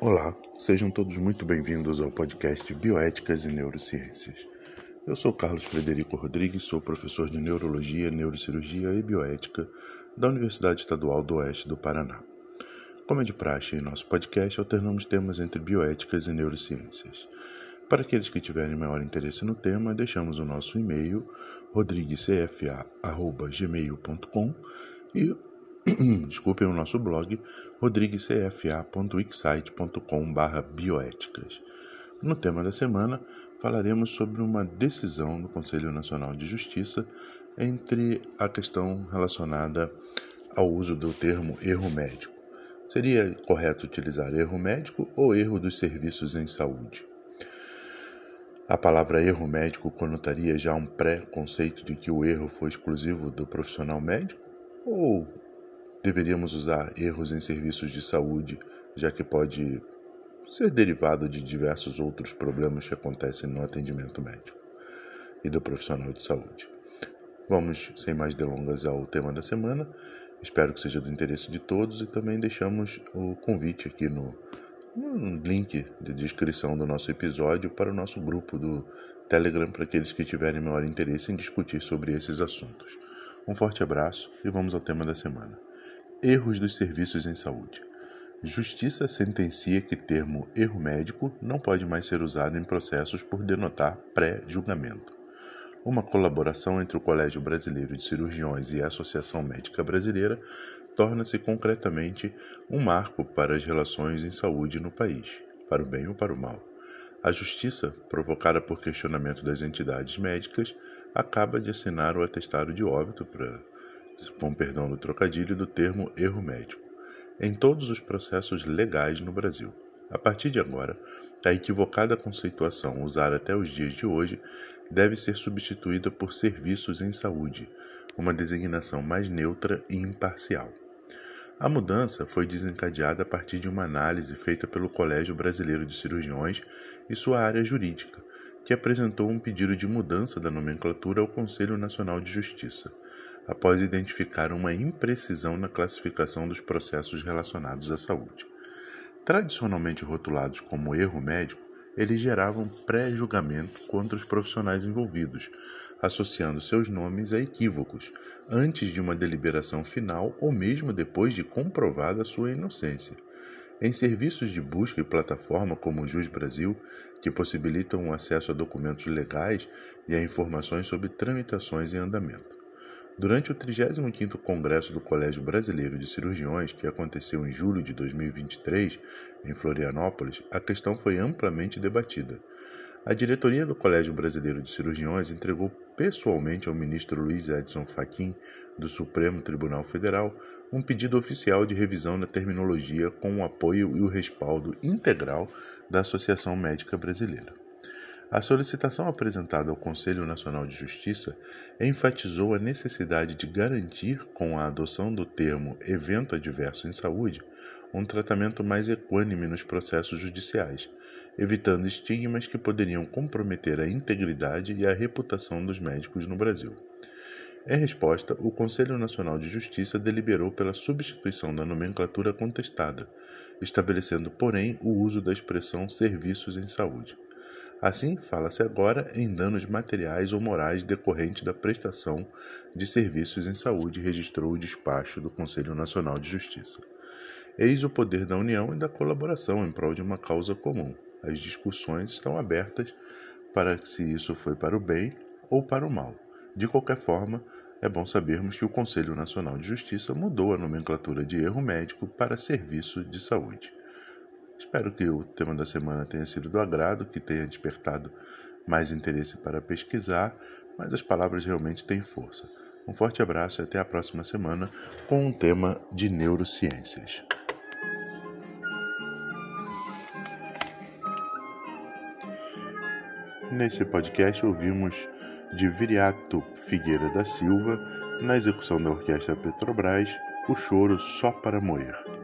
Olá, sejam todos muito bem-vindos ao podcast Bioéticas e Neurociências. Eu sou Carlos Frederico Rodrigues, sou professor de Neurologia, Neurocirurgia e Bioética da Universidade Estadual do Oeste do Paraná. Como é de praxe em nosso podcast, alternamos temas entre bioéticas e neurociências. Para aqueles que tiverem maior interesse no tema, deixamos o nosso e-mail rodriguescfa@gmail.com e o nosso blog rodriguescfa.wixsite.com/bioéticas. No tema da semana, falaremos sobre uma decisão do Conselho Nacional de Justiça entre a questão relacionada ao uso do termo erro médico. Seria correto utilizar erro médico ou erro dos serviços em saúde? A palavra erro médico conotaria já um pré-conceito de que o erro foi exclusivo do profissional médico? Ou deveríamos usar erros em serviços de saúde, já que pode ser derivado de diversos outros problemas que acontecem no atendimento médico e do profissional de saúde? Vamos, sem mais delongas, ao tema da semana. Espero que seja do interesse de todos e também deixamos o convite aqui no link de descrição do nosso episódio para o nosso grupo do Telegram para aqueles que tiverem maior interesse em discutir sobre esses assuntos. Um forte abraço e vamos ao tema da semana. Erros dos serviços em saúde. Justiça sentencia que termo erro médico não pode mais ser usado em processos por denotar pré-julgamento. Uma colaboração entre o Colégio Brasileiro de Cirurgiões e a Associação Médica Brasileira torna-se concretamente um marco para as relações em saúde no país, para o bem ou para o mal. A justiça, provocada por questionamento das entidades médicas, acaba de assinar o atestado de óbito, com perdão do trocadilho, do termo erro médico, em todos os processos legais no Brasil. A partir de agora, a equivocada conceituação usada até os dias de hoje deve ser substituída por serviços em saúde, uma designação mais neutra e imparcial. A mudança foi desencadeada a partir de uma análise feita pelo Colégio Brasileiro de Cirurgiões e sua área jurídica, que apresentou um pedido de mudança da nomenclatura ao Conselho Nacional de Justiça, após identificar uma imprecisão na classificação dos processos relacionados à saúde. Tradicionalmente rotulados como erro médico, eles geravam pré-julgamento contra os profissionais envolvidos, associando seus nomes a equívocos, antes de uma deliberação final ou mesmo depois de comprovada sua inocência. Em serviços de busca e plataforma como o Jus Brasil, que possibilitam o acesso a documentos legais e a informações sobre tramitações em andamento. Durante o 35º Congresso do Colégio Brasileiro de Cirurgiões, que aconteceu em julho de 2023, em Florianópolis, a questão foi amplamente debatida. A diretoria do Colégio Brasileiro de Cirurgiões entregou pessoalmente ao ministro Luiz Edson Fachin, do Supremo Tribunal Federal, um pedido oficial de revisão da terminologia com o apoio e o respaldo integral da Associação Médica Brasileira. A solicitação apresentada ao Conselho Nacional de Justiça enfatizou a necessidade de garantir, com a adoção do termo evento adverso em saúde, um tratamento mais equânime nos processos judiciais, evitando estigmas que poderiam comprometer a integridade e a reputação dos médicos no Brasil. Em resposta, o Conselho Nacional de Justiça deliberou pela substituição da nomenclatura contestada, estabelecendo, porém, o uso da expressão serviços em saúde. Assim, fala-se agora em danos materiais ou morais decorrentes da prestação de serviços em saúde, registrou o despacho do Conselho Nacional de Justiça. Eis o poder da união e da colaboração em prol de uma causa comum. As discussões estão abertas para se isso foi para o bem ou para o mal. De qualquer forma, é bom sabermos que o Conselho Nacional de Justiça mudou a nomenclatura de erro médico para serviço de saúde. Espero que o tema da semana tenha sido do agrado, que tenha despertado mais interesse para pesquisar, mas as palavras realmente têm força. Um forte abraço e até a próxima semana com um tema de neurociências. Nesse podcast ouvimos de Viriato Figueira da Silva, na execução da Orquestra Petrobras, O Choro Só para Moer.